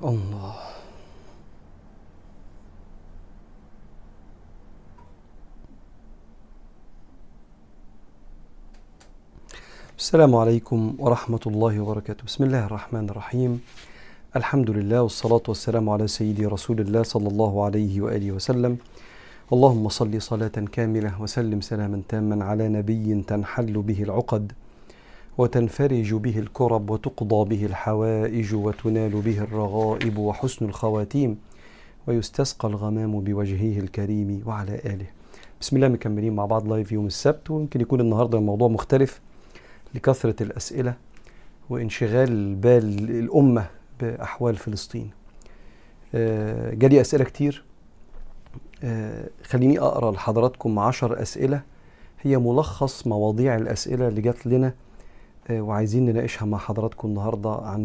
الله. السلام عليكم ورحمة الله وبركاته. بسم الله الرحمن الرحيم. الحمد لله والصلاة والسلام على سيدي رسول الله صلى الله عليه وآله وسلم. اللهم صل صلاة كاملة وسلم سلاما تاما على نبي تنحل به العقد وتنفرج به الكرب وتقضى به الحوائج وتنال به الرغائب وحسن الخواتيم ويستسقى الغمام بوجهه الكريم وعلى آله. بسم الله، مكملين مع بعض لايف يوم السبت، ويمكن يكون النهاردة الموضوع مختلف لكثرة الأسئلة وانشغال بال الأمة بأحوال فلسطين. جالي أسئلة كتير. خليني أقرأ لحضراتكم 10 أسئلة هي ملخص مواضيع الأسئلة اللي جات لنا وعايزين نناقشها مع حضراتكم النهاردة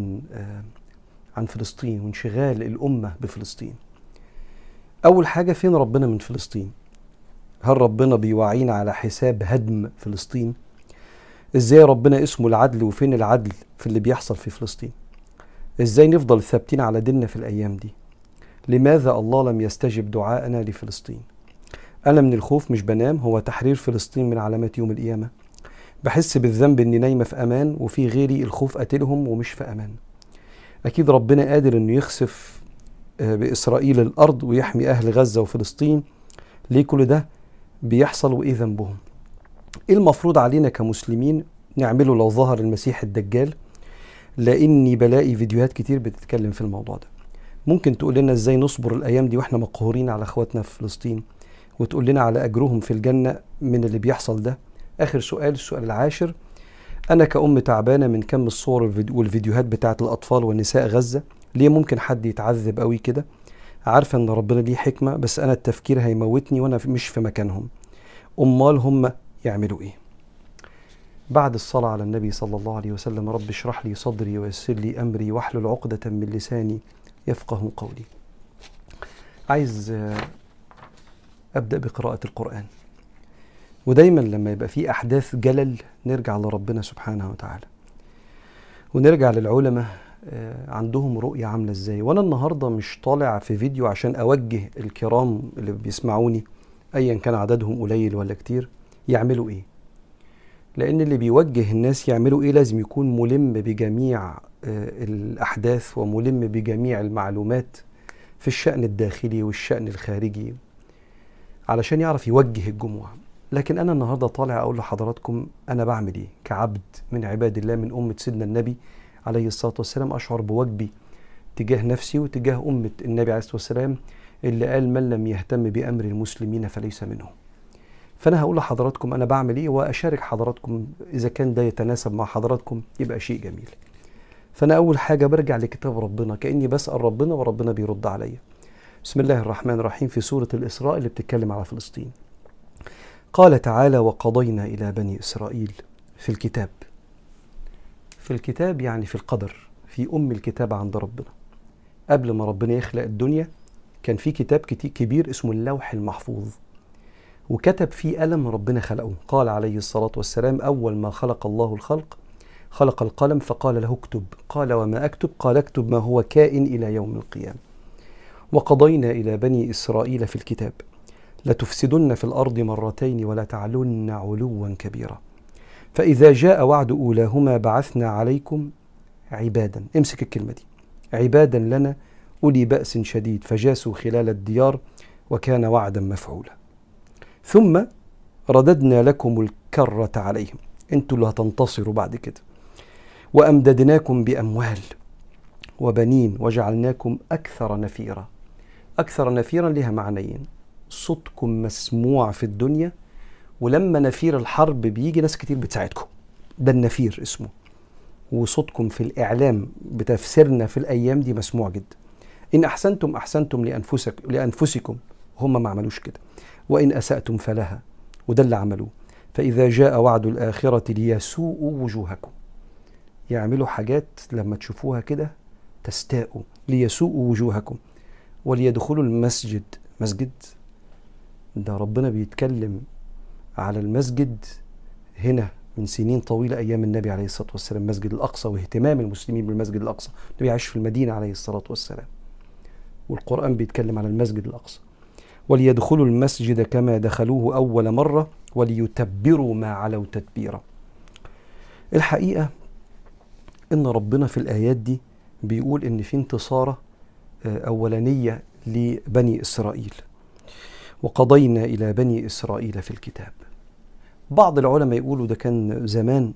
عن فلسطين وانشغال الأمة بفلسطين. أول حاجة، فين ربنا من فلسطين؟ هل ربنا بيوعينا على حساب هدم فلسطين؟ ازاي ربنا اسمه العدل وفين العدل في اللي بيحصل في فلسطين؟ ازاي نفضل ثابتين على ديننا في الأيام دي؟ لماذا الله لم يستجب دعاءنا لفلسطين؟ أنا من الخوف مش بنام، هو تحرير فلسطين من علامات يوم القيامة. بحس بالذنب إني نايمة في أمان وفي غيري الخوف قاتلهم ومش في أمان. أكيد ربنا قادر إنه يخسف بإسرائيل الأرض ويحمي أهل غزة وفلسطين. ليه كل ده بيحصل وإيه ذنبهم؟ إيه المفروض علينا كمسلمين نعمله لو ظهر المسيح الدجال؟ لأني بلاقي فيديوهات كتير بتتكلم في الموضوع ده. ممكن تقول لنا إزاي نصبر الأيام دي وإحنا مقهورين على أخواتنا في فلسطين، وتقول لنا على أجرهم في الجنة من اللي بيحصل ده؟ آخر سؤال، السؤال العاشر، أنا كأم تعبانة من كم الصور والفيديوهات بتاعت الأطفال ونساء غزة. ليه ممكن حد يتعذب قوي كده؟ عارفة إن ربنا ليه حكمة، بس أنا التفكير هيموتني وأنا مش في مكانهم. أمال هم يعملوا إيه؟ بعد الصلاة على النبي صلى الله عليه وسلم: رب اشرح لي صدري ويسر لي أمري واحلل عقدة من لساني يفقه قولي. عايز أبدأ بقراءة القرآن، ودايما لما يبقى في أحداث جلل نرجع لربنا سبحانه وتعالى ونرجع للعلماء عندهم رؤية عاملة إزاي. وأنا النهاردة مش طالع في فيديو عشان أوجه الكرام اللي بيسمعوني أيا كان عددهم قليل ولا كتير يعملوا إيه، لأن اللي بيوجه الناس يعملوا إيه لازم يكون ملم بجميع الأحداث وملم بجميع المعلومات في الشأن الداخلي والشأن الخارجي علشان يعرف يوجه الجموع. لكن أنا النهاردة طالع أقول لحضراتكم أنا بعمل إيه كعبد من عباد الله من أمة سيدنا النبي عليه الصلاة والسلام. أشعر بواجبي تجاه نفسي وتجاه أمة النبي عليه الصلاة والسلام اللي قال: من لم يهتم بأمر المسلمين فليس منهم. فأنا هقول لحضراتكم أنا بعمل إيه وأشارك حضراتكم، إذا كان ده يتناسب مع حضراتكم يبقى شيء جميل. فأنا أول حاجة برجع لكتاب ربنا كأني بسأل ربنا وربنا بيرد عليا. بسم الله الرحمن الرحيم، في سورة الإسراء اللي بتتكلم على فلسطين. قال تعالى: وقضينا إلى بني إسرائيل في الكتاب. في الكتاب يعني في القدر، في الكتاب عند ربنا. قبل ما ربنا يخلق الدنيا كان في كتاب كبير اسمه اللوح المحفوظ، وكتب فيه قلم ربنا خلقه. قال عليه الصلاة والسلام: أول ما خلق الله الخلق خلق القلم فقال له اكتب. قال: وما أكتب؟ قال: اكتب ما هو كائن إلى يوم القيامة. وقضينا إلى بني إسرائيل في الكتاب لتفسدن في الأرض مرتين ولا تعلن علوا كبيرا فإذا جاء وعد أولاهما بعثنا عليكم عبادا، امسك الكلمة دي، عبادا لنا أولي بأس شديد فجاسوا خلال الديار وكان وعدا مفعولا. ثم رددنا لكم الكرة عليهم، انتوا اللي هتنتصروا بعد كده. وأمددناكم بأموال وبنين وجعلناكم أكثر نفيرا. أكثر نفيرا لها معنيين: صوتكم مسموع في الدنيا، ولما نفير الحرب بيجي ناس كتير بتساعدكم، ده النفير اسمه. وصوتكم في الإعلام بتفسيرنا في الأيام دي مسموع جدا. إن أحسنتم أحسنتم لأنفسكم، هم ما عملوش كده. وإن أسأتم فلها، وده اللي عملوه. فإذا جاء وعد الآخرة ليسوءوا وجوهكم، يعملوا حاجات لما تشوفوها كده تستاءوا. ليسوءوا وجوهكم وليدخلوا المسجد. مسجد ده ربنا بيتكلم على المسجد هنا من سنين طويلة أيام النبي عليه الصلاة والسلام، مسجد الأقصى واهتمام المسلمين بالمسجد الأقصى. النبي عاش في المدينة عليه الصلاة والسلام، والقرآن بيتكلم على المسجد الأقصى. وليدخلوا المسجد كما دخلوه أول مرة وليتبروا ما علوا تتبيرا. الحقيقة إن ربنا في الآيات دي بيقول إن في انتصارة أولانية لبني إسرائيل، وقضينا إلى بني إسرائيل في الكتاب. بعض العلماء يقولوا ده كان زمان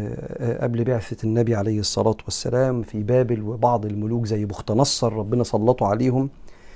قبل بعثة النبي عليه الصلاة والسلام في بابل، وبعض الملوك زي بخت نصر ربنا سلطوا عليهم.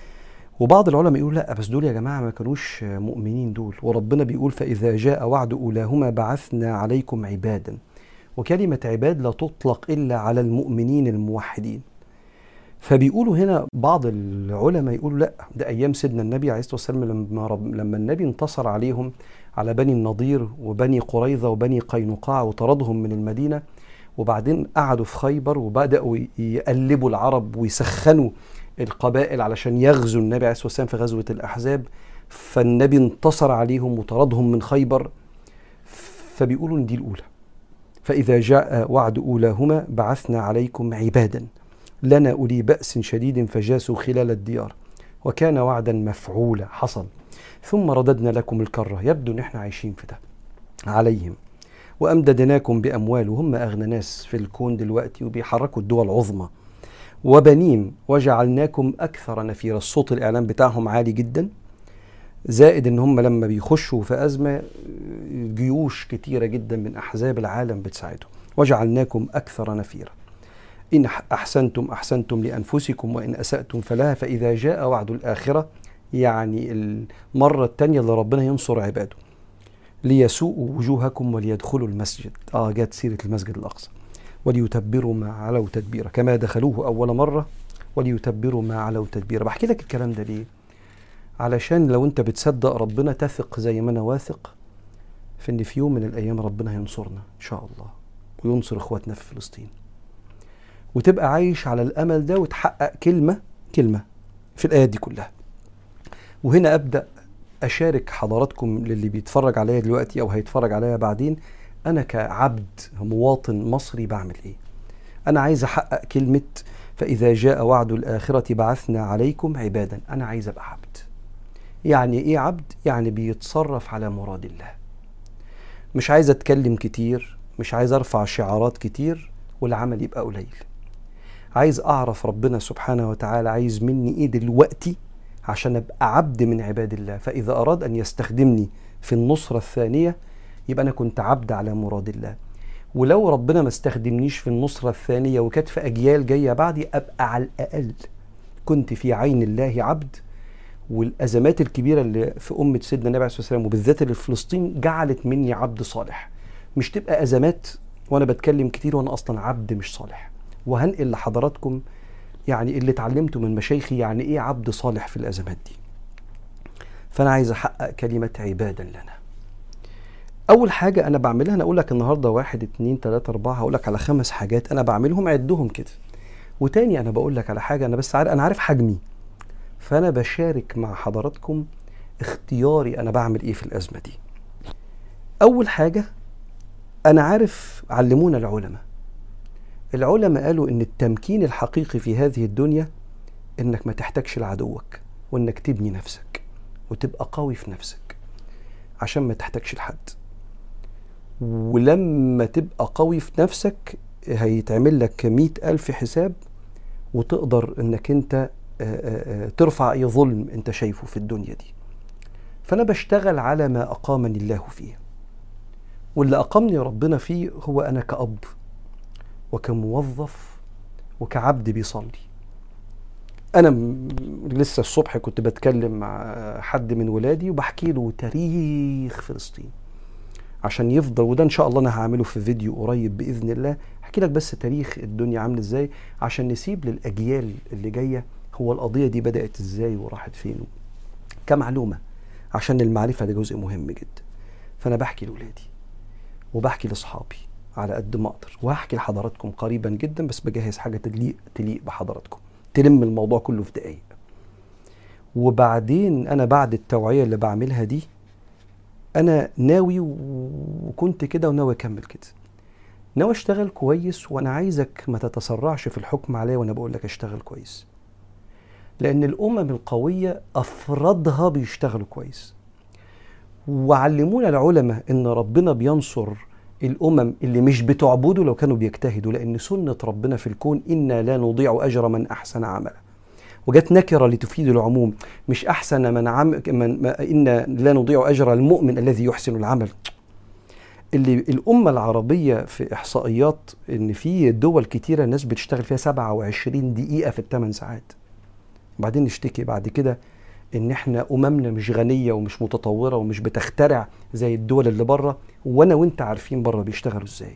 وبعض العلماء يقولوا لا، بس دول يا جماعة ما كانوش مؤمنين دول، وربنا بيقول فإذا جاء وعد أولاهما بعثنا عليكم عبادا. وكلمة عباد لا تطلق إلا على المؤمنين الموحدين. فبيقولوا هنا بعض العلماء يقولوا لا، ده أيام سيدنا النبي عليه الصلاة والسلام لما النبي انتصر عليهم، على بني النضير وبني قريظة وبني قينقاع، وطردهم من المدينة، وبعدين قعدوا في خيبر وبدأوا يقلبوا العرب ويسخنوا القبائل علشان يغزوا النبي عليه الصلاة والسلام في غزوة الأحزاب. فالنبي انتصر عليهم وطردهم من خيبر. فبيقولوا إن دي الأولى، فإذا جاء وعد أولاهما بعثنا عليكم عبادا لنا أولي بأس شديد فجاسوا خلال الديار وكان وعدا مفعولا، حصل. ثم رددنا لكم الكرة، يبدو ان احنا عايشين في ده عليهم، وأمددناكم بأموال، وهم أغنى ناس في الكون دلوقتي وبيحركوا الدول العظمى، وبنين وجعلناكم أكثر نفيرا. الصوت الإعلام بتاعهم عالي جدا، زائد ان هم لما بيخشوا في أزمة جيوش كتيرة جدا من أحزاب العالم بتساعدهم. وجعلناكم أكثر نفيرا إن أحسنتم أحسنتم لأنفسكم وإن أسأتم فلها فإذا جاء وعد الآخرة، يعني المرة التانية اللي ربنا ينصر عباده، ليسوءوا وجوهكم وليدخلوا المسجد. جات سيرة المسجد الأقصى. وليتبروا ما علوا تدبيرا كما دخلوه أول مرة وليتبروا ما علوا تدبيرا. بحكي لك الكلام ده ليه؟ علشان لو أنت بتصدق ربنا تثق زي ما أنا واثق في إن في يوم من الأيام ربنا هينصرنا إن شاء الله، وينصر إخواتنا في فلسطين، وتبقى عايش على الأمل ده وتحقق كلمة في الآيات دي كلها. وهنا أبدأ أشارك حضراتكم للي بيتفرج عليا دلوقتي أو هيتفرج عليا بعدين، أنا كعبد مواطن مصري بعمل إيه؟ أنا عايز أحقق كلمة فإذا جاء وعد الآخرة بعثنا عليكم عبادا. أنا عايز أبقى عبد. يعني إيه عبد؟ يعني بيتصرف على مراد الله. مش عايز أتكلم كتير، مش عايز أرفع شعارات كتير والعمل يبقى قليل. عايز أعرف ربنا سبحانه وتعالى عايز مني إيه دلوقتي عشان أبقى عبد من عباد الله، فإذا أراد أن يستخدمني في النصرة الثانية يبقى أنا كنت عبد على مراد الله. ولو ربنا ما استخدمنيش في النصرة الثانية وكانت في أجيال جاية بعدي، أبقى على الأقل كنت في عين الله عبد. والأزمات الكبيرة اللي في أمة سيدنا النبي عليه الصلاة والسلام وبالذات اللي في فلسطين جعلت مني عبد صالح. مش تبقى أزمات وأنا بتكلم كتير وأنا أصلا عبد مش صالح. وهنقل لحضراتكم يعني اللي اتعلمته من مشايخي يعني إيه عبد صالح في الأزمات دي. فأنا عايز أحقق كلمة عبادا لنا. أول حاجة أنا بعملها، أنا أقول لك النهاردة 1 2 3 4، هقول لك على 5 حاجات أنا بعملهم، عدهم كده. وتاني أنا بقول لك على حاجة، أنا بس أنا عارف حجمي، فأنا بشارك مع حضراتكم اختياري أنا بعمل إيه في الأزمة دي. أول حاجة أنا عارف، علمونا العلماء قالوا إن التمكين الحقيقي في هذه الدنيا إنك ما تحتاجش لعدوك، وإنك تبني نفسك وتبقى قوي في نفسك عشان ما تحتاجش لحد. ولما تبقى قوي في نفسك هيتعمل لك 100,000 حساب، وتقدر إنك أنت ترفع أي ظلم أنت شايفه في الدنيا دي. فأنا بشتغل على ما أقامني الله فيه، واللي أقامني ربنا فيه هو أنا كأب وكموظف وكعبد بيصلي. أنا لسه الصبح كنت بتكلم مع حد من ولادي وبحكي له تاريخ فلسطين عشان يفضل، وده إن شاء الله أنا هعمله في فيديو قريب بإذن الله، أحكي لك بس تاريخ الدنيا عامل إزاي عشان نسيب للأجيال اللي جاية هو القضية دي بدأت إزاي وراحت فين، كمعلومة، عشان المعرفة ده جزء مهم جدا. فأنا بحكي لولادي وبحكي لأصحابي على قد ما أقدر، وهحكي لحضراتكم قريبا جدا، بس بجهز حاجة تليق بحضراتكم تلم الموضوع كله في دقايق. وبعدين أنا بعد التوعية اللي بعملها دي انا ناوي وكنت كده وناوي اكمل كده، ناوي اشتغل كويس، وانا عايزك ما تتسرعش في الحكم عليا وانا بقول لك اشتغل كويس، لان الامم القويه افرادها بيشتغلوا كويس. وعلمونا العلماء ان ربنا بينصر الامم اللي مش بتعبده لو كانوا بيجتهدوا، لان سنه ربنا في الكون انا لا نضيع اجر من احسن عملا. وجت نكره لتفيد العموم، مش احسن ان لا نضيع اجر المؤمن الذي يحسن العمل. اللي الامه العربيه في احصائيات ان في دول كتيره الناس بتشتغل فيها 27 دقيقه في ال8 ساعات، وبعدين نشتكي بعد كده ان احنا اممنا مش غنيه ومش متطوره ومش بتخترع زي الدول اللي بره، وانا وانت عارفين بره بيشتغلوا ازاي.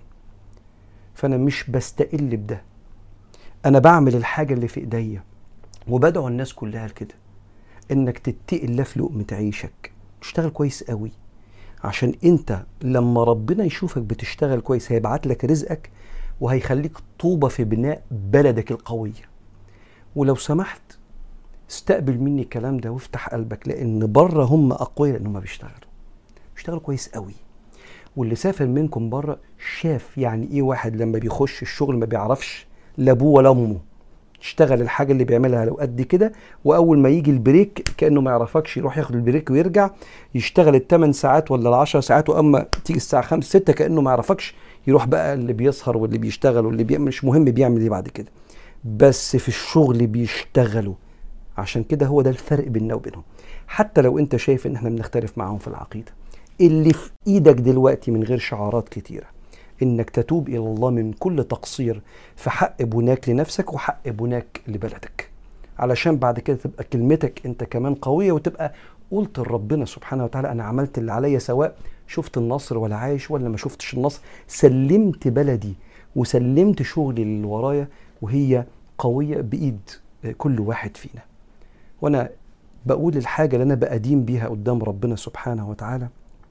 فانا مش بستقل بده، انا بعمل الحاجه اللي في ايديا، وبدعو الناس كلها لكده، انك تتقي الله في لقمه عيشك، تشتغل كويس قوي، عشان انت لما ربنا يشوفك بتشتغل كويس هيبعت لك رزقك، وهيخليك طوبة في بناء بلدك القوية. ولو سمحت استقبل مني الكلام ده وافتح قلبك، لان بره هم اقوياء لانهم بيشتغلوا كويس قوي. واللي سافر منكم بره شاف يعني ايه واحد لما بيخش الشغل ما بيعرفش لا ابوه ولا امه، يشتغل الحاجه اللي بيعملها لو قد كده، واول ما يجي البريك كانه ما يعرفكش يروح ياخد البريك ويرجع يشتغل ال8 ساعات ولا ال10 ساعات، واما تيجي الساعه 5 6 كانه ما يعرفكش يروح بقى اللي بيسهر واللي بيشتغل واللي بيعمل، مش مهم بيعمل ايه بعد كده، بس في الشغل بيشتغلوا. عشان كده هو ده الفرق بيننا وبينهم. حتى لو انت شايف ان احنا بنختلف معاهم في العقيده، اللي في ايدك دلوقتي من غير شعارات كتيره انك تتوب الى الله من كل تقصير في حق بناك لنفسك وحق بناك لبلدك، علشان بعد كده تبقى كلمتك انت كمان قوية، وتبقى قلت لربنا سبحانه وتعالى انا عملت اللي عليا، سواء شفت النصر ولا عايش ولا ما شفتش النصر، سلمت بلدي وسلمت شغلي اللي ورايا وهي قوية بإيد كل واحد فينا. وانا بقول الحاجة اللي انا بقديم بيها قدام ربنا سبحانه وتعالى،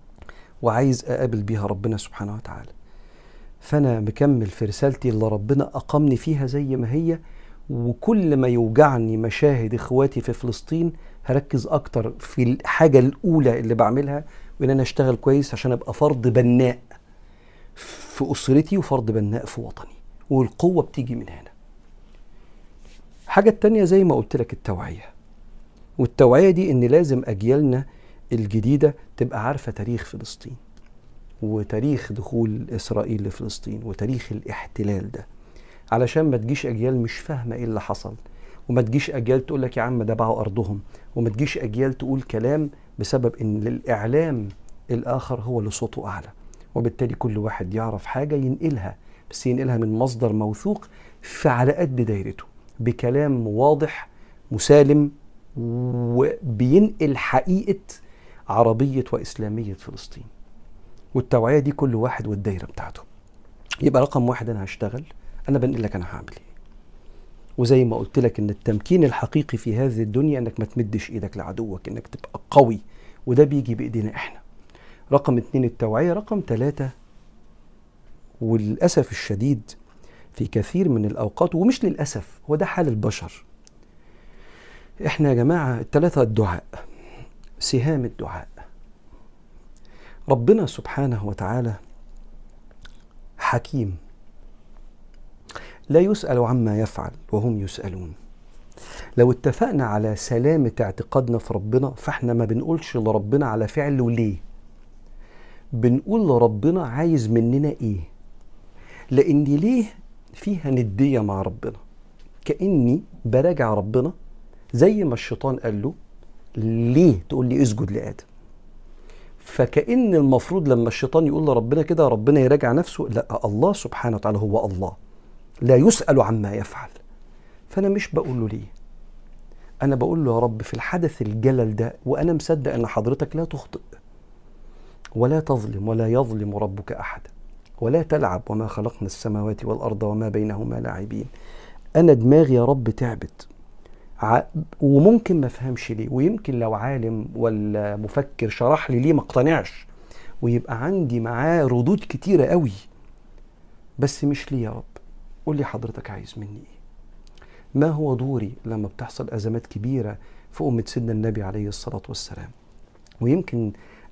وعايز اقابل بيها ربنا سبحانه وتعالى. فأنا مكمل في رسالتي اللي ربنا أقامني فيها زي ما هي، وكل ما يوجعني مشاهد إخواتي في فلسطين هركز أكتر في الحاجة الأولى اللي بعملها، وإن أنا أشتغل كويس عشان أبقى فرد بناء في أسرتي وفرد بناء في وطني، والقوة بتيجي من هنا. حاجة التانية زي ما قلت لك التوعية، والتوعية دي إن لازم أجيالنا الجديدة تبقى عارفة تاريخ فلسطين وتاريخ دخول إسرائيل لفلسطين وتاريخ الاحتلال ده، علشان ما تجيش أجيال مش فاهمة إيه اللي حصل، وما تجيش أجيال تقول لك يا عم ده باعوا أرضهم، وما تجيش أجيال تقول كلام بسبب إن الإعلام الآخر هو اللي صوته أعلى، وبالتالي كل واحد يعرف حاجة ينقلها، بس ينقلها من مصدر موثوق على قد دايرته بكلام واضح مسالم، وبينقل حقيقة عربية وإسلامية فلسطين. والتوعية دي كل واحد والدايرة بتاعته. يبقى رقم واحد أنا هشتغل، أنا بنقل لك أنا هعمل إيه. وزي ما قلت لك إن التمكين الحقيقي في هذه الدنيا إنك ما تمدش إيدك لعدوك، إنك تبقى قوي، وده بيجي بإيدينا إحنا. رقم 2 التوعية. رقم 3 وللأسف الشديد في كثير من الأوقات، ومش للأسف هو ده حال البشر، إحنا يا جماعة الثلاثة الدعاء، سهام الدعاء. ربنا سبحانه وتعالى حكيم لا يسأل عما يفعل وهم يسألون. لو اتفقنا على سلامة اعتقادنا في ربنا، فاحنا ما بنقولش لربنا على فعل وليه، بنقول لربنا عايز مننا ايه، لان ليه فيها ندية مع ربنا، كأني براجع ربنا زي ما الشيطان قال له ليه تقول لي اسجد لآدم، فكأن المفروض لما الشيطان يقول لربنا كده ربنا يراجع نفسه، لا، الله سبحانه وتعالى هو الله لا يسأل عما يفعل. فأنا مش بقول له ليه، أنا بقول له يا رب في الحدث الجلل ده، وأنا مصدق أن حضرتك لا تخطئ ولا تظلم ولا يظلم ربك أحد، ولا تلعب وما خلقنا السماوات والأرض وما بينهما لاعبين. أنا دماغي يا رب تعبت، وممكن ما افهمش ليه، ويمكن لو عالم ولا مفكر شرح لي ليه ما اقتنعش، ويبقى عندي معاه ردود كتيرة قوي، بس مش ليه يا رب. قول لي حضرتك عايز مني ايه؟ ما هو دوري لما بتحصل أزمات كبيرة في أمة سيدنا النبي عليه الصلاة والسلام؟ ويمكن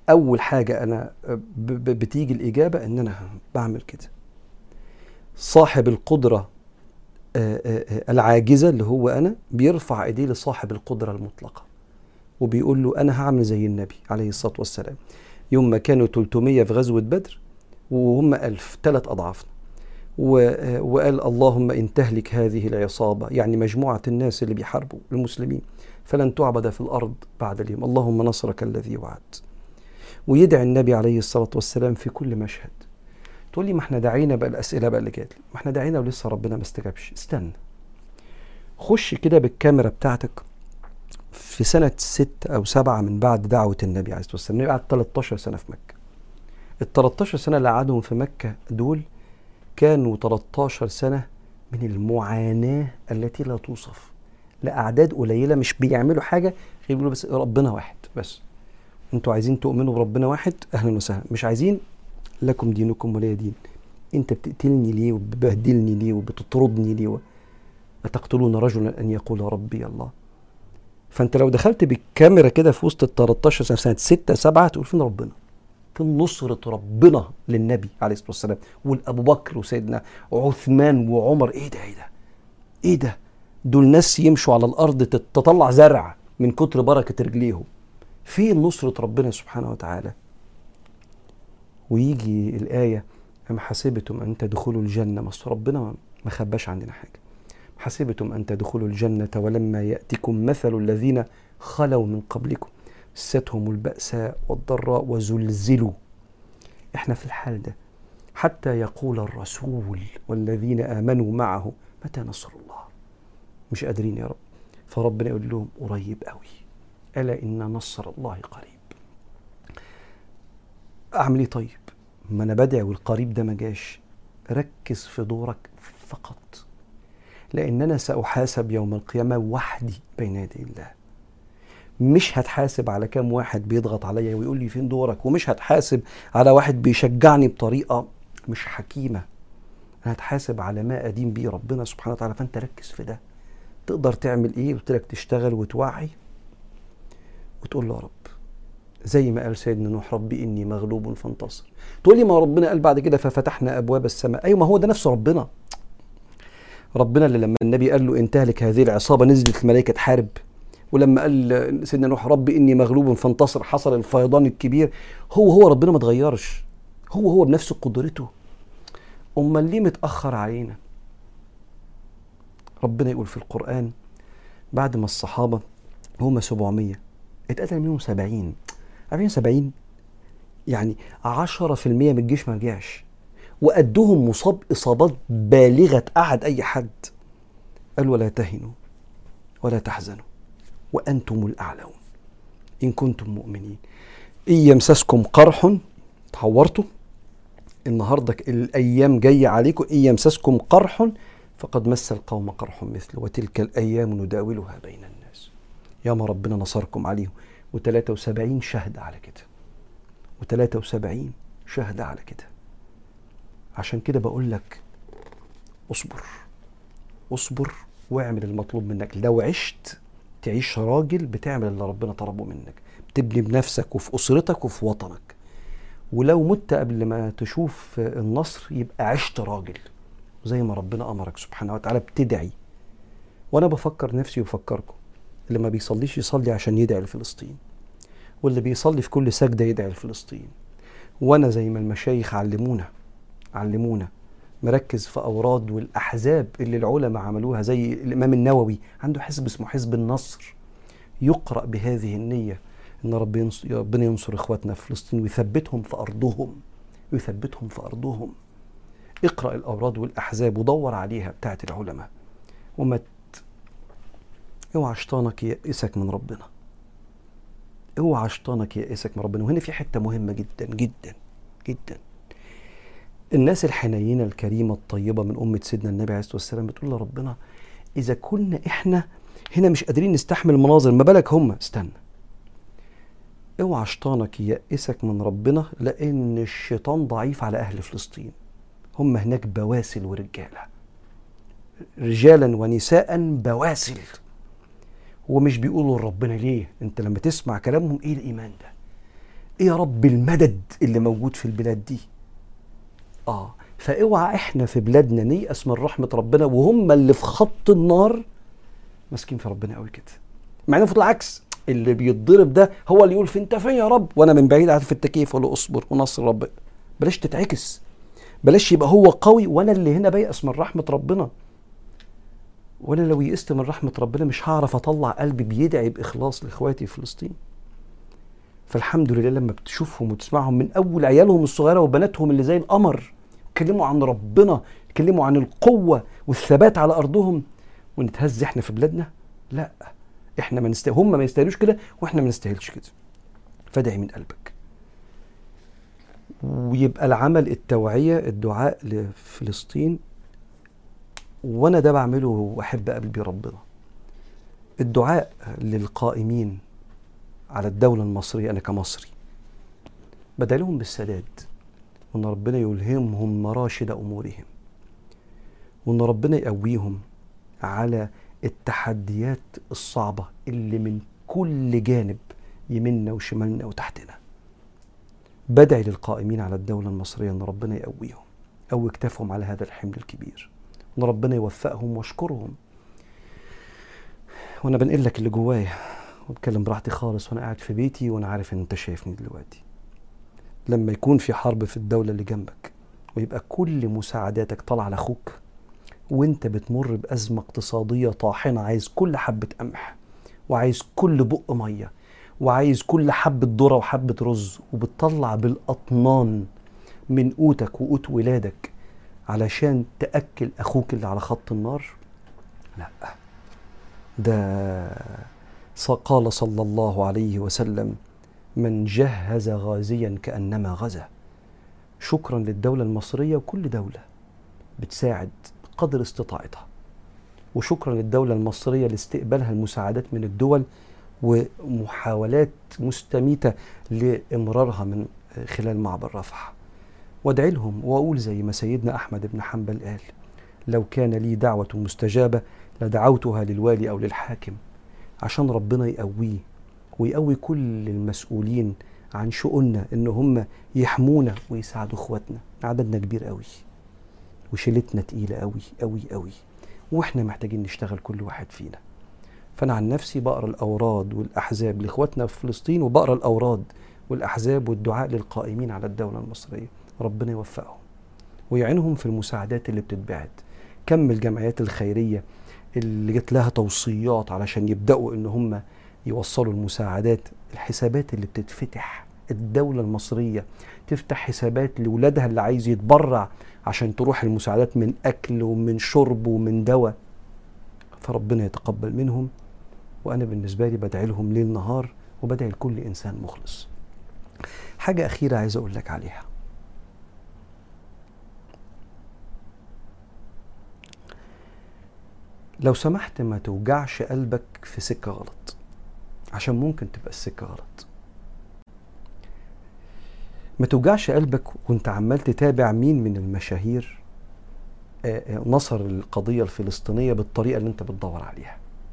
اول حاجه انا بتيجي الاجابه ان انا بعمل كده. صاحب القدره العاجزه اللي هو انا بيرفع ايديه لصاحب القدره المطلقه وبيقول له انا هعمل زي النبي عليه الصلاه والسلام يوم ما كانوا 300 في غزوه بدر وهم 1000، 3 اضعافنا، وقال اللهم إن تهلك هذه العصابة، يعني مجموعة الناس اللي بيحاربوا المسلمين، فلن تعبد في الأرض بعد اليوم، اللهم نصرك الذي وعدت. ويدعي النبي عليه الصلاة والسلام في كل مشهد. تقول لي ما احنا دعينا بقى، الأسئلة بقى اللي جات لي، ما احنا دعينا ولسه ربنا ما استجابش. استنى، خش كده بالكاميرا بتاعتك في سنة 6 أو 7 من بعد دعوة النبي عليه الصلاة والسلام. النبي قعد 13 سنة في مكة. ال 13 سنة اللي قعدهم في مكة دول كانوا 13 سنة من المعاناة التي لا توصف، لأعداد قليلة مش بيعملوا حاجة غير بيقولوا بس ربنا واحد بس. انتوا عايزين تؤمنوا بربنا واحد، أهلا وسهلا. مش عايزين، لكم دينكم ولي دين. انت بتقتلني ليه وبتبهدلني ليه وبتطردني ليه أتقتلون رجلا أن يقول ربي الله؟ فانت لو دخلت بالكاميرا كده في وسط ال 13 سنة، سنة 6 7، تقول فين ربنا؟ فين نصرة ربنا للنبي عليه الصلاة والسلام والأبو بكر وسيدنا عثمان وعمر؟ ايه ده ايه ده ايه ده؟ دول ناس يمشوا على الأرض تطلع زرع من كتر بركة رجليهم. فين نصرة ربنا سبحانه وتعالى؟ ويجي الآية أم حسبتم أن تدخلوا الجنة، ما ربنا ما خباش عندنا حاجة. حسبتم أن تدخلوا الجنة ولما يأتكم مثل الذين خلوا من قبلكم مستهم البأساء والضراء وزلزلوا. احنا في الحال ده حتى يقول الرسول والذين آمنوا معه متى نصر الله. مش قادرين يا رب، فربنا يقول لهم قريب قوي، ألا إن نصر الله قريب. أعمل إيه طيب؟ ما أنا بدعي والقريب ده ما جاش. ركز في دورك فقط، لأن أنا سأحاسب يوم القيامة وحدي بين يدي الله. مش هتحاسب على كام واحد بيضغط عليا ويقول لي فين دورك، ومش هتحاسب على واحد بيشجعني بطريقة مش حكيمة. أنا هتحاسب على ما أدين بيه ربنا سبحانه وتعالى. فأنت ركز في ده. تقدر تعمل إيه؟ قلت لك تشتغل وتوعي وتقول له يا رب، زي ما قال سيدنا نوح ربي إني مغلوب فانتصر. تقول لي ما ربنا قال بعد كده ففتحنا أبواب السماء. أيوة، ما هو ده نفس ربنا. ربنا اللي لما النبي قال له إن تهلك هذه العصابة نزلت الملائكة تحارب، ولما قال سيدنا نوح ربي إني مغلوب فانتصر حصل الفيضان الكبير. هو ربنا ما اتغيرش، هو بنفس قدرته. أمال ليه متأخر علينا؟ ربنا يقول في القرآن بعد ما الصحابة هم 700 اتقتل منهم 70. عارفين 70 يعني 10% من الجيش ما رجعش، وقدهم مصاب إصابات بالغة أعد أي حد. قال ولا تهنوا ولا تحزنوا وأنتم الأعلون إن كنتم مؤمنين. إن يمسسكم قرح، تحورتوا النهاردة الأيام جاية عليكم، إن يمسسكم قرح فقد مس القوم قرح مثله وتلك الأيام نداولها بين الناس. ياما ربنا نصركم عليهم، و73 شهد على كده، و73 شهد على كده. عشان كده بقول لك اصبر اصبر واعمل المطلوب منك. لو عشت تعيش راجل بتعمل اللي ربنا طلبه منك، بتبني بنفسك وفي أسرتك وفي وطنك. ولو مت قبل ما تشوف النصر يبقى عشت راجل زي ما ربنا أمرك سبحانه وتعالى. بتدعي، وأنا بفكر نفسي وبفكركم، اللي ما بيصليش يصلي عشان يدعي لفلسطين، واللي بيصلي في كل سجدة يدعي لفلسطين. وأنا زي ما المشايخ علمونا مركز في أوراد والأحزاب اللي العلماء عملوها، زي الإمام النووي عنده حزب اسمه حزب النصر، يقرأ بهذه النية إن ربنا ينصر إخواتنا في فلسطين ويثبتهم في أرضهم. اقرأ الأوراد والأحزاب ودور عليها بتاعت العلماء، وما اوعى شيطانك يئسك من ربنا، اوعى شيطانك يئسك من ربنا. وهنا في حتة مهمة جدا جدا جدا. الناس الحنينة الكريمة الطيبة من أمة سيدنا النبي عليه الصلاة والسلام بتقول لربنا إذا كنا إحنا هنا مش قادرين نستحمل المناظر، ما بالك هم؟ استنى، اوعى شيطانك يئسك من ربنا، لأن الشيطان ضعيف على أهل فلسطين. هم هناك بواسل ورجالة، رجالا ونساء بواسل، ومش بيقولوا لربنا ليه. انت لما تسمع كلامهم ايه الإيمان ده؟ ايه يا رب المدد اللي موجود في البلاد دي. فاوعى احنا في بلادنا نيأس من رحمة ربنا وهم اللي في خط النار ماسكين في ربنا قوي كده، مع انه في العكس اللي بيتضرب ده هو اللي يقول في انت فين يا رب، وانا من بعيد قاعد في التكييف اقول له اصبر ونصر ربنا. بلاش تتعكس، بلاش يبقى هو قوي وانا اللي هنا بيأس من رحمة ربنا. وانا لو يئست من رحمة ربنا مش هعرف اطلع قلبي بيدعي باخلاص لاخواتي في فلسطين. فالحمد لله لما بتشوفهم وتسمعهم من اول عيالهم الصغيره وبناتهم اللي زي القمر يتكلموا عن ربنا، يتكلموا عن القوه والثبات على ارضهم، ونتهز احنا في بلادنا، لا احنا هم ما يستاهلوش كده واحنا ما نستاهلش كده. فادعي من قلبك. ويبقى العمل التوعيه الدعاء لفلسطين، وانا ده بعمله واحب اقابل بيه ربنا. الدعاء للقائمين على الدولة المصرية، أنا كمصري بدعي لهم بالسداد، وأن ربنا يلهمهم مراشد أمورهم، وأن ربنا يقويهم على التحديات الصعبة اللي من كل جانب يمنا وشمالنا وتحتنا. بدعي للقائمين على الدولة المصرية أن ربنا يقويهم أو يكتفهم على هذا الحمل الكبير، وأن ربنا يوفقهم واشكرهم. وأنا بنقل لك اللي جوايا واتكلم براحتي خالص وانا قاعد في بيتي وانا عارف ان انت شايفني دلوقتي. لما يكون في حرب في الدولة اللي جنبك ويبقى كل مساعداتك طالعة لاخوك وانت بتمر بأزمة اقتصادية طاحنة، عايز كل حبة قمح وعايز كل بق مية وعايز كل حبة ذرة وحبة رز، وبتطلع بالأطنان من قوتك وقوت ولادك علشان تأكل أخوك اللي على خط النار، لا، ده قال صلى الله عليه وسلم من جهز غازيا كأنما غزا. شكرا للدولة المصرية وكل دولة بتساعد قدر استطاعتها، وشكرا للدولة المصرية لاستقبالها المساعدات من الدول ومحاولات مستميتة لإمرارها من خلال معبر رفح. وادعي لهم وأقول زي ما سيدنا أحمد بن حنبل قال: لو كان لي دعوة مستجابة لدعوتها للوالي أو للحاكم، عشان ربنا يقويه ويقوي كل المسؤولين عن شؤوننا ان هم يحمونا ويساعدوا اخواتنا. عددنا كبير قوي وشيلتنا تقيلة قوي قوي قوي، واحنا محتاجين نشتغل كل واحد فينا. فانا عن نفسي بقرا الاوراد والاحزاب لاخواتنا في فلسطين، وبقرا الاوراد والاحزاب والدعاء للقائمين على الدولة المصرية، ربنا يوفقهم ويعينهم في المساعدات اللي بتتبعت. كم الجمعيات الخيرية اللي جت لها توصيات علشان يبدأوا ان هم يوصلوا المساعدات، الحسابات اللي بتتفتح، الدولة المصرية تفتح حسابات لولادها اللي عايز يتبرع عشان تروح المساعدات من أكل ومن شرب ومن دواء، فربنا يتقبل منهم. وأنا بالنسبة لي بدعي لهم ليل نهار وبدعي لكل إنسان مخلص. حاجة أخيرة عايز أقول لك عليها، لو سمحت ما توجعش قلبك في سكة غلط، عشان ممكن تبقى السكة غلط. ما توجعش قلبك وانت عمال تتابع مين من المشاهير نصر القضية الفلسطينية بالطريقة اللي انت بتدور عليها،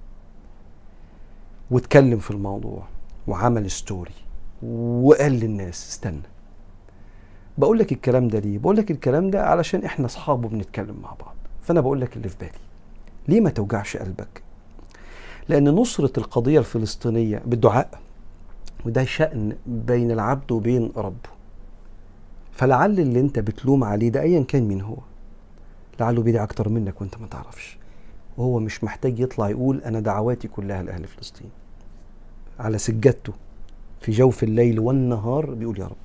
واتكلم في الموضوع وعمل ستوري وقال للناس استنى. بقول لك الكلام ده ليه؟ بقول لك الكلام ده علشان احنا اصحاب وبنتكلم مع بعض، فانا بقول لك اللي في بالي. ليه ما توجعش قلبك؟ لأن نصرة القضية الفلسطينية بالدعاء، وده شأن بين العبد وبين ربه. فلعل اللي انت بتلوم عليه ده أيا كان مين هو، لعله بيدعي أكتر منك وانت ما تعرفش، وهو مش محتاج يطلع يقول أنا دعواتي كلها لأهل فلسطين. على سجادته في جوف الليل والنهار بيقول يا رب.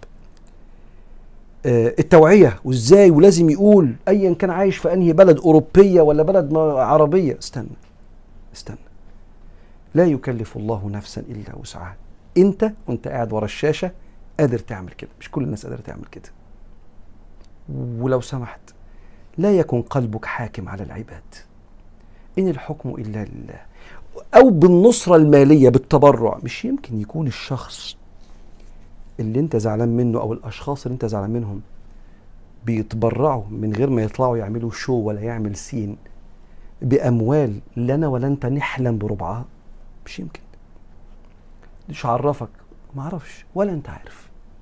التوعية وازاي، ولازم يقول أيا كان عايش في أنهي بلد أوروبية ولا بلد عربية، استنى، لا يكلف الله نفسا إلا وسعها. انت وانت قاعد ورا الشاشة قادر تعمل كده، مش كل الناس قادرة تعمل كده. ولو سمحت لا يكن قلبك حاكم على العباد، إن الحكم إلا لله. أو بالنصرة المالية بالتبرع، مش يمكن يكون الشخص اللي انت زعلان منه أو الأشخاص اللي انت زعلان منهم بيتبرعوا من غير ما يطلعوا يعملوا شو ولا يعمل سين بأموال لنا ولا انت نحلم بربعها؟ مش يمكن. مش عرفك؟ ما عرفش ولا انت عارف.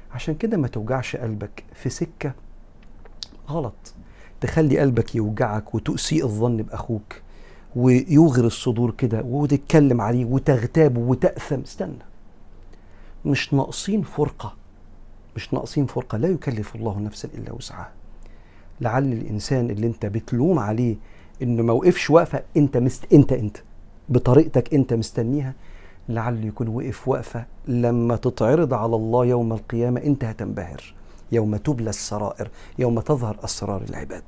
عشان كده ما توجعش قلبك في سكة غلط تخلي قلبك يوجعك وتسيء الظن بأخوك ويوغر الصدور كده وتتكلم عليه وتغتاب وتأثم. استنى، مش ناقصين فرقة، مش ناقصين فرقة. لا يكلف الله نفسا إلا وسعها. لعل الإنسان اللي انت بتلوم عليه انه ما وقفش وقفة انت بطريقتك انت مستنيها، لعل يكون وقف وقفة لما تتعرض على الله يوم القيامة انت هتنبهر، يوم تبلى السرائر، يوم تظهر أسرار العباد.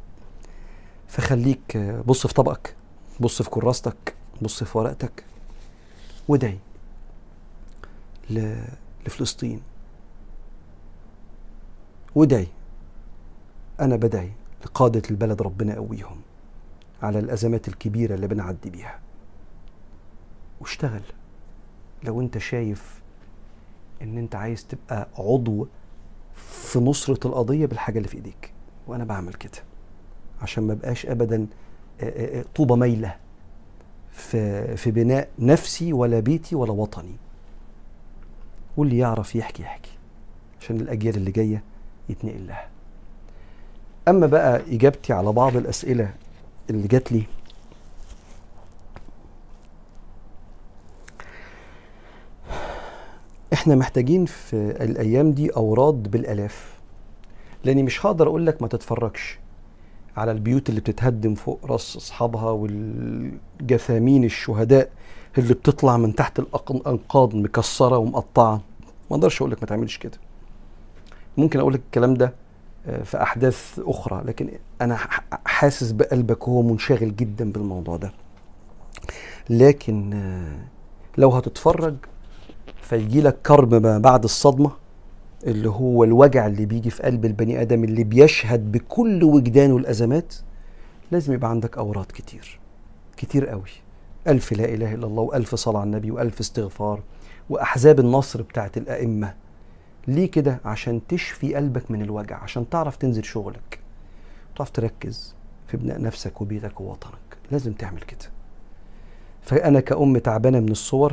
فخليك بص في طبقك، بص في كراستك، بص في ورقتك، وادعي لفلسطين، وادعي. أنا بدعي لقادة البلد ربنا قويهم على الأزمات الكبيرة اللي بنعدي بيها. واشتغل لو انت شايف ان انت عايز تبقى عضو في نصرة القضية بالحاجة اللي في ايديك. وانا بعمل كده عشان ما بقاش ابدا طوبة ميلة في بناء نفسي ولا بيتي ولا وطني. واللي يعرف يحكي عشان الأجيال اللي جاية يتنقل لها. أما بقى إجابتي على بعض الأسئلة اللي جات لي، احنا محتاجين في الأيام دي أوراد بالآلاف، لأني مش هقدر أقول لك ما تتفرجش على البيوت اللي بتتهدم فوق راس أصحابها والجثامين الشهداء اللي بتطلع من تحت الأنقاض مكسرة ومقطعة. ما اقدرش أقول لك ما تعملش كده. ممكن أقول لك الكلام ده في أحداث أخرى، لكن أنا حاسس بقلبك وهو منشغل جدا بالموضوع ده. لكن لو هتتفرج فيجي لك كرب ما بعد الصدمة، اللي هو الوجع اللي بيجي في قلب البني آدم اللي بيشهد بكل وجدانه الأزمات. لازم يبقى عندك أوراد كتير قوي، 1000 لا إله إلا الله، و1000 صلاة على النبي، و1000 استغفار، وأحزاب النصر بتاعت الأئمة. ليه كده؟ عشان تشفي قلبك من الوجع، عشان تعرف تنزل شغلك، تعرف تركز في بناء نفسك وبيتك ووطنك. لازم تعمل كده. فأنا كأم تعبانة من الصور،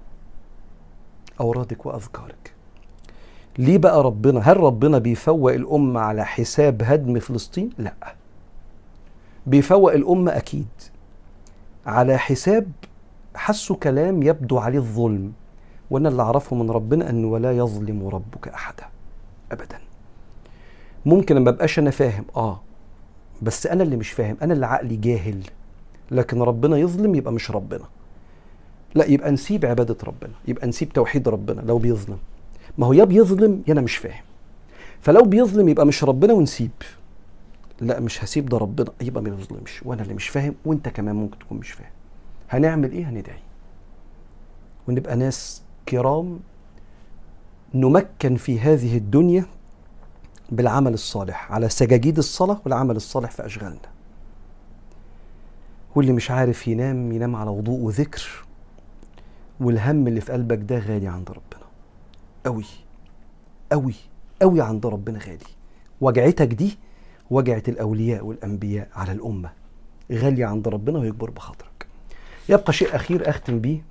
أورادك وأذكارك. ليه بقى ربنا؟ هل ربنا بيفوق الأمة على حساب هدم فلسطين؟ لا، بيفوق الأمة أكيد على حساب حسوا كلام يبدو عليه الظلم. وأنا اللي أعرفه من ربنا أنه ولا يظلم ربك أحدا أبدا. ممكن ما بقاش أنا فاهم، بس أنا اللي مش فاهم، أنا اللي عقلي جاهل. لكن ربنا يظلم يبقى مش ربنا، لا، يبقى نسيب عبادة ربنا، يبقى نسيب توحيد ربنا. لو بيظلم، ما هو يا بيظلم يا أنا مش فاهم. فلو بيظلم يبقى مش ربنا ونسيب، لا مش هسيب ده ربنا، يبقى ما يظلمش وأنا اللي مش فاهم وأنت كمان ممكن تكون مش فاهم. هنعمل إيه؟ هندعي ونبقى ناس كرام نمكن في هذه الدنيا بالعمل الصالح على سجاجيد الصلاة والعمل الصالح في أشغالنا. واللي مش عارف ينام على وضوء وذكر. والهم اللي في قلبك ده غالي عند ربنا قوي قوي قوي، عند ربنا غالي. وجعتك دي وجعة الأولياء والأنبياء على الأمة، غالية عند ربنا ويكبر بخاطرك. يبقى شيء أخير أختم بيه،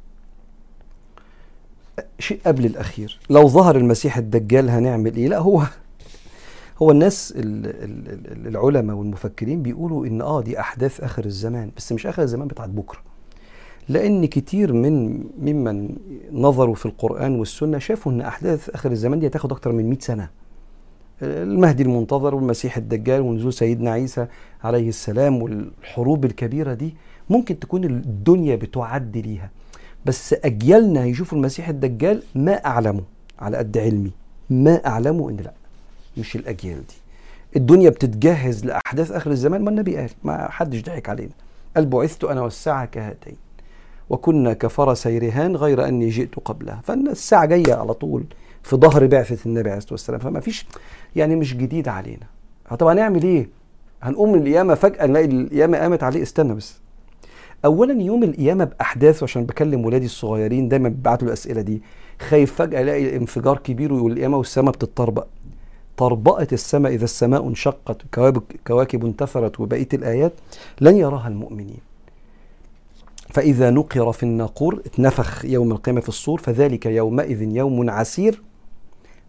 شيء قبل الأخير. لو ظهر المسيح الدجال هنعمل إيه؟ لا، هو الناس العلماء والمفكرين بيقولوا إن دي أحداث آخر الزمان، بس مش آخر الزمان بتاعت بكرة. لأن كتير ممن نظروا في القرآن والسنة شافوا إن أحداث آخر الزمان دي هتاخد أكتر من 100 سنة. المهدي المنتظر والمسيح الدجال ونزول سيدنا عيسى عليه السلام والحروب الكبيرة دي ممكن تكون الدنيا بتعد ليها. بس أجيالنا يشوفوا المسيح الدجال ما أعلمه، على قد علمي ما أعلمه إن لا، مش الأجيال دي. الدنيا بتتجهز لأحداث آخر الزمان، ما النبي قال، ما حدش ضحك علينا، قال بعثت أنا والساعة كهاتين وكنا كفرسي رهان غير أني جئت قبلها. فإن الساعة جاية على طول في ظهر بعثة النبي عليه الصلاة والسلام، فما فيش يعني مش جديد علينا. طب هنعمل إيه؟ هنقوم من القيامة فجأة نلاقي القيامة قامت عليه؟ استنى بس. أولا يوم القيامة بأحداثه، عشان بكلم ولادي الصغيرين دايما بيبعتوا الأسئلة دي، خايف فجأة يلاقي انفجار كبير ويقول القيامة والسماء بتتطربق. طربقت السماء إذا السماء انشقت كواكب انتثرت وبقية الآيات لن يراها المؤمنين. فإذا نقر في الناقور، اتنفخ يوم القيامة في الصور، فذلك يومئذ يوم عسير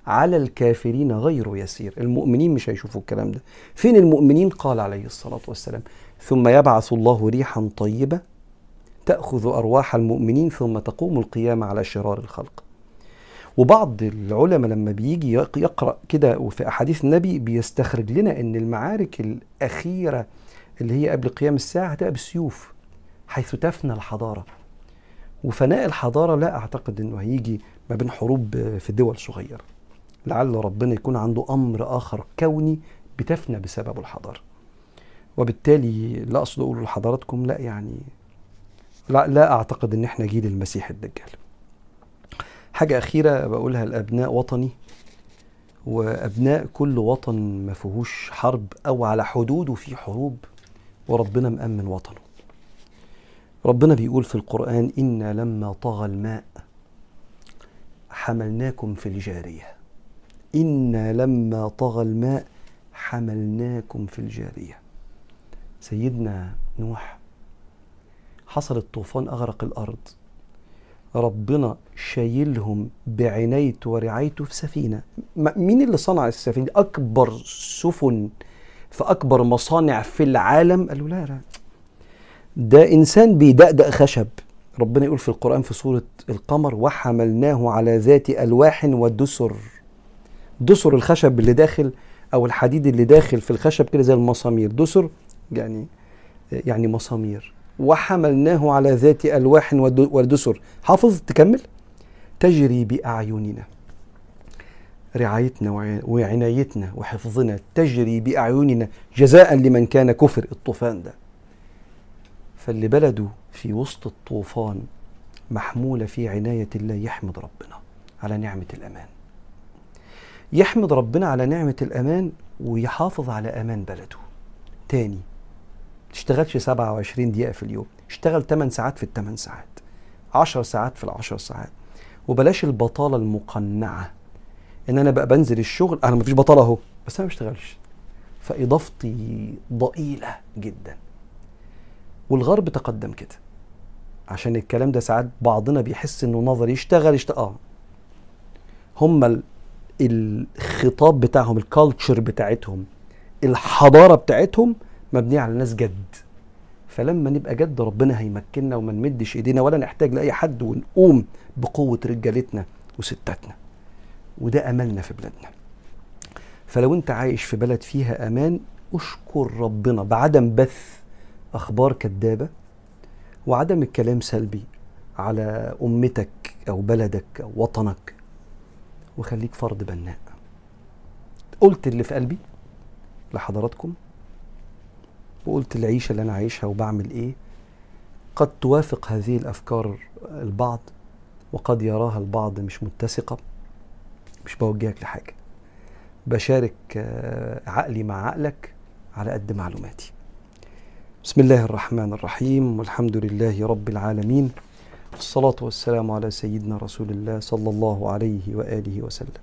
على الكافرين غير يسير. المؤمنين مش هيشوفوا الكلام ده. فين المؤمنين؟ قال عليه الصلاة والسلام: ثم يبعث الله ريحا طيبة تأخذ أرواح المؤمنين ثم تقوم القيامة على شرار الخلق. وبعض العلماء لما بيجي يقرأ كده وفي أحاديث النبي بيستخرج لنا أن المعارك الأخيرة اللي هي قبل قيام الساعة هتبقى بالسيوف، حيث تفنى الحضارة. وفناء الحضارة لا أعتقد أنه هيجي ما بين حروب في دول صغيرة، لعل ربنا يكون عنده أمر آخر كوني بتفنى بسبب الحضارة. وبالتالي لا أقصد أقول لحضراتكم لا، يعني لا أعتقد أن احنا جيل المسيح الدجال. حاجة أخيرة بقولها لأبناء وطني وأبناء كل وطن ما فيهوش حرب أو على حدوده في حروب وربنا مأمن وطنه. ربنا بيقول في القرآن: إنا لما طغى الماء حملناكم في الجارية. إنا لما طغى الماء حملناكم في الجارية. سيدنا نوح حصل الطوفان أغرق الأرض، ربنا شايلهم بعنايته ورعايته في سفينة. مين اللي صنع السفينة؟ أكبر سفن في أكبر مصانع في العالم. قالوا لا، ده إنسان بيدقدق خشب. ربنا يقول في القرآن في سورة القمر: وحملناه على ذات ألواح ودسر. دسر الخشب اللي داخل أو الحديد اللي داخل في الخشب كده زي المسامير، دسر يعني مسامير. وحملناه على ذات ألواح ودسر. حافظ تكمل: تجري بأعيننا. رعايتنا وعنايتنا وحفظنا تجري بأعيننا جزاء لمن كان كفر. الطوفان ده، فاللي بلده في وسط الطوفان محمولة في عناية الله يحمد ربنا على نعمة الأمان. يحمد ربنا على نعمة الأمان ويحافظ على أمان بلده. تاني، تشتغلش 27 دقيقة في اليوم، اشتغل 8 ساعات في ال8 ساعات، 10 ساعات في ال10 ساعات. وبلاش البطالة المقنعة ان انا بقى بنزل الشغل، انا مفيش بطالة اهو بس انا بشتغلش، فاضافتي ضئيلة جدا. والغرب تقدم كده عشان الكلام ده ساعات بعضنا بيحس انه نظري، يشتغل هم الخطاب بتاعهم، الكالتشر بتاعتهم، الحضارة بتاعتهم مبنية على ناس جد. فلما نبقى جد ربنا هيمكننا وما نمدش ايدينا ولا نحتاج لأي حد، ونقوم بقوة رجالتنا وستاتنا. وده أملنا في بلادنا. فلو انت عايش في بلد فيها أمان، اشكر ربنا بعدم بث أخبار كذابة وعدم الكلام سلبي على أمتك أو بلدك أو وطنك، وخليك فرد بناء. قلت اللي في قلبي لحضراتكم، وقلت العيشة اللي أنا عايشها وبعمل إيه. قد توافق هذه الأفكار البعض وقد يراها البعض مش متسقة. مش بوجهك لحاجة، بشارك عقلي مع عقلك على قد معلوماتي. بسم الله الرحمن الرحيم، والحمد لله رب العالمين، والصلاة والسلام على سيدنا رسول الله صلى الله عليه وآله وسلم.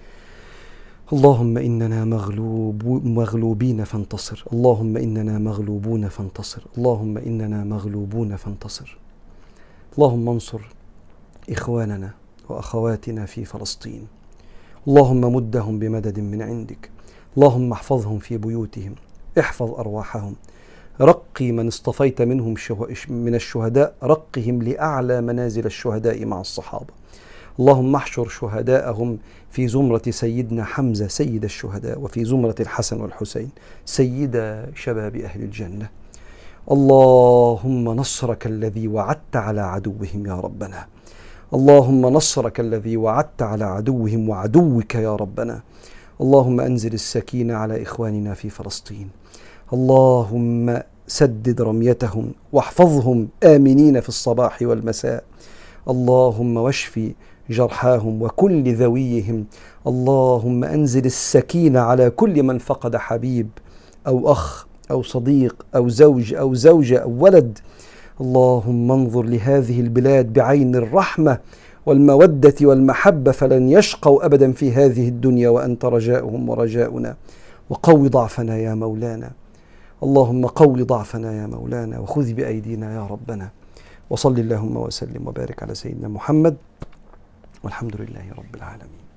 اللهم إننا مغلوبين فانتصر. اللهم إننا مغلوبون فانتصر. اللهم إننا مغلوبون فانتصر. اللهم انصر إخواننا وأخواتنا في فلسطين. اللهم مدهم بمدد من عندك. اللهم احفظهم في بيوتهم، احفظ أرواحهم، رقي من اصطفيت منهم من الشهداء، رقهم لأعلى منازل الشهداء مع الصحابة. اللهم احشر شهداءهم في زمرة سيدنا حمزة سيد الشهداء، وفي زمرة الحسن والحسين سيد شباب أهل الجنة. اللهم نصرك الذي وعدت على عدوهم يا ربنا. اللهم نصرك الذي وعدت على عدوهم وعدوك يا ربنا. اللهم أنزل السكينة على إخواننا في فلسطين. اللهم سدد رميتهم واحفظهم آمنين في الصباح والمساء. اللهم واشفي جرحاهم وكل ذويهم. اللهم أنزل السكينة على كل من فقد حبيب أو أخ أو صديق أو زوج أو زوجة أو ولد. اللهم انظر لهذه البلاد بعين الرحمة والمودة والمحبة، فلن يشقوا أبدا في هذه الدنيا وأنت رجاؤهم ورجاؤنا. وقوي ضعفنا يا مولانا. اللهم قوي ضعفنا يا مولانا وخذ بأيدينا يا ربنا. وصل اللهم وسلم وبارك على سيدنا محمد، والحمد لله رب العالمين.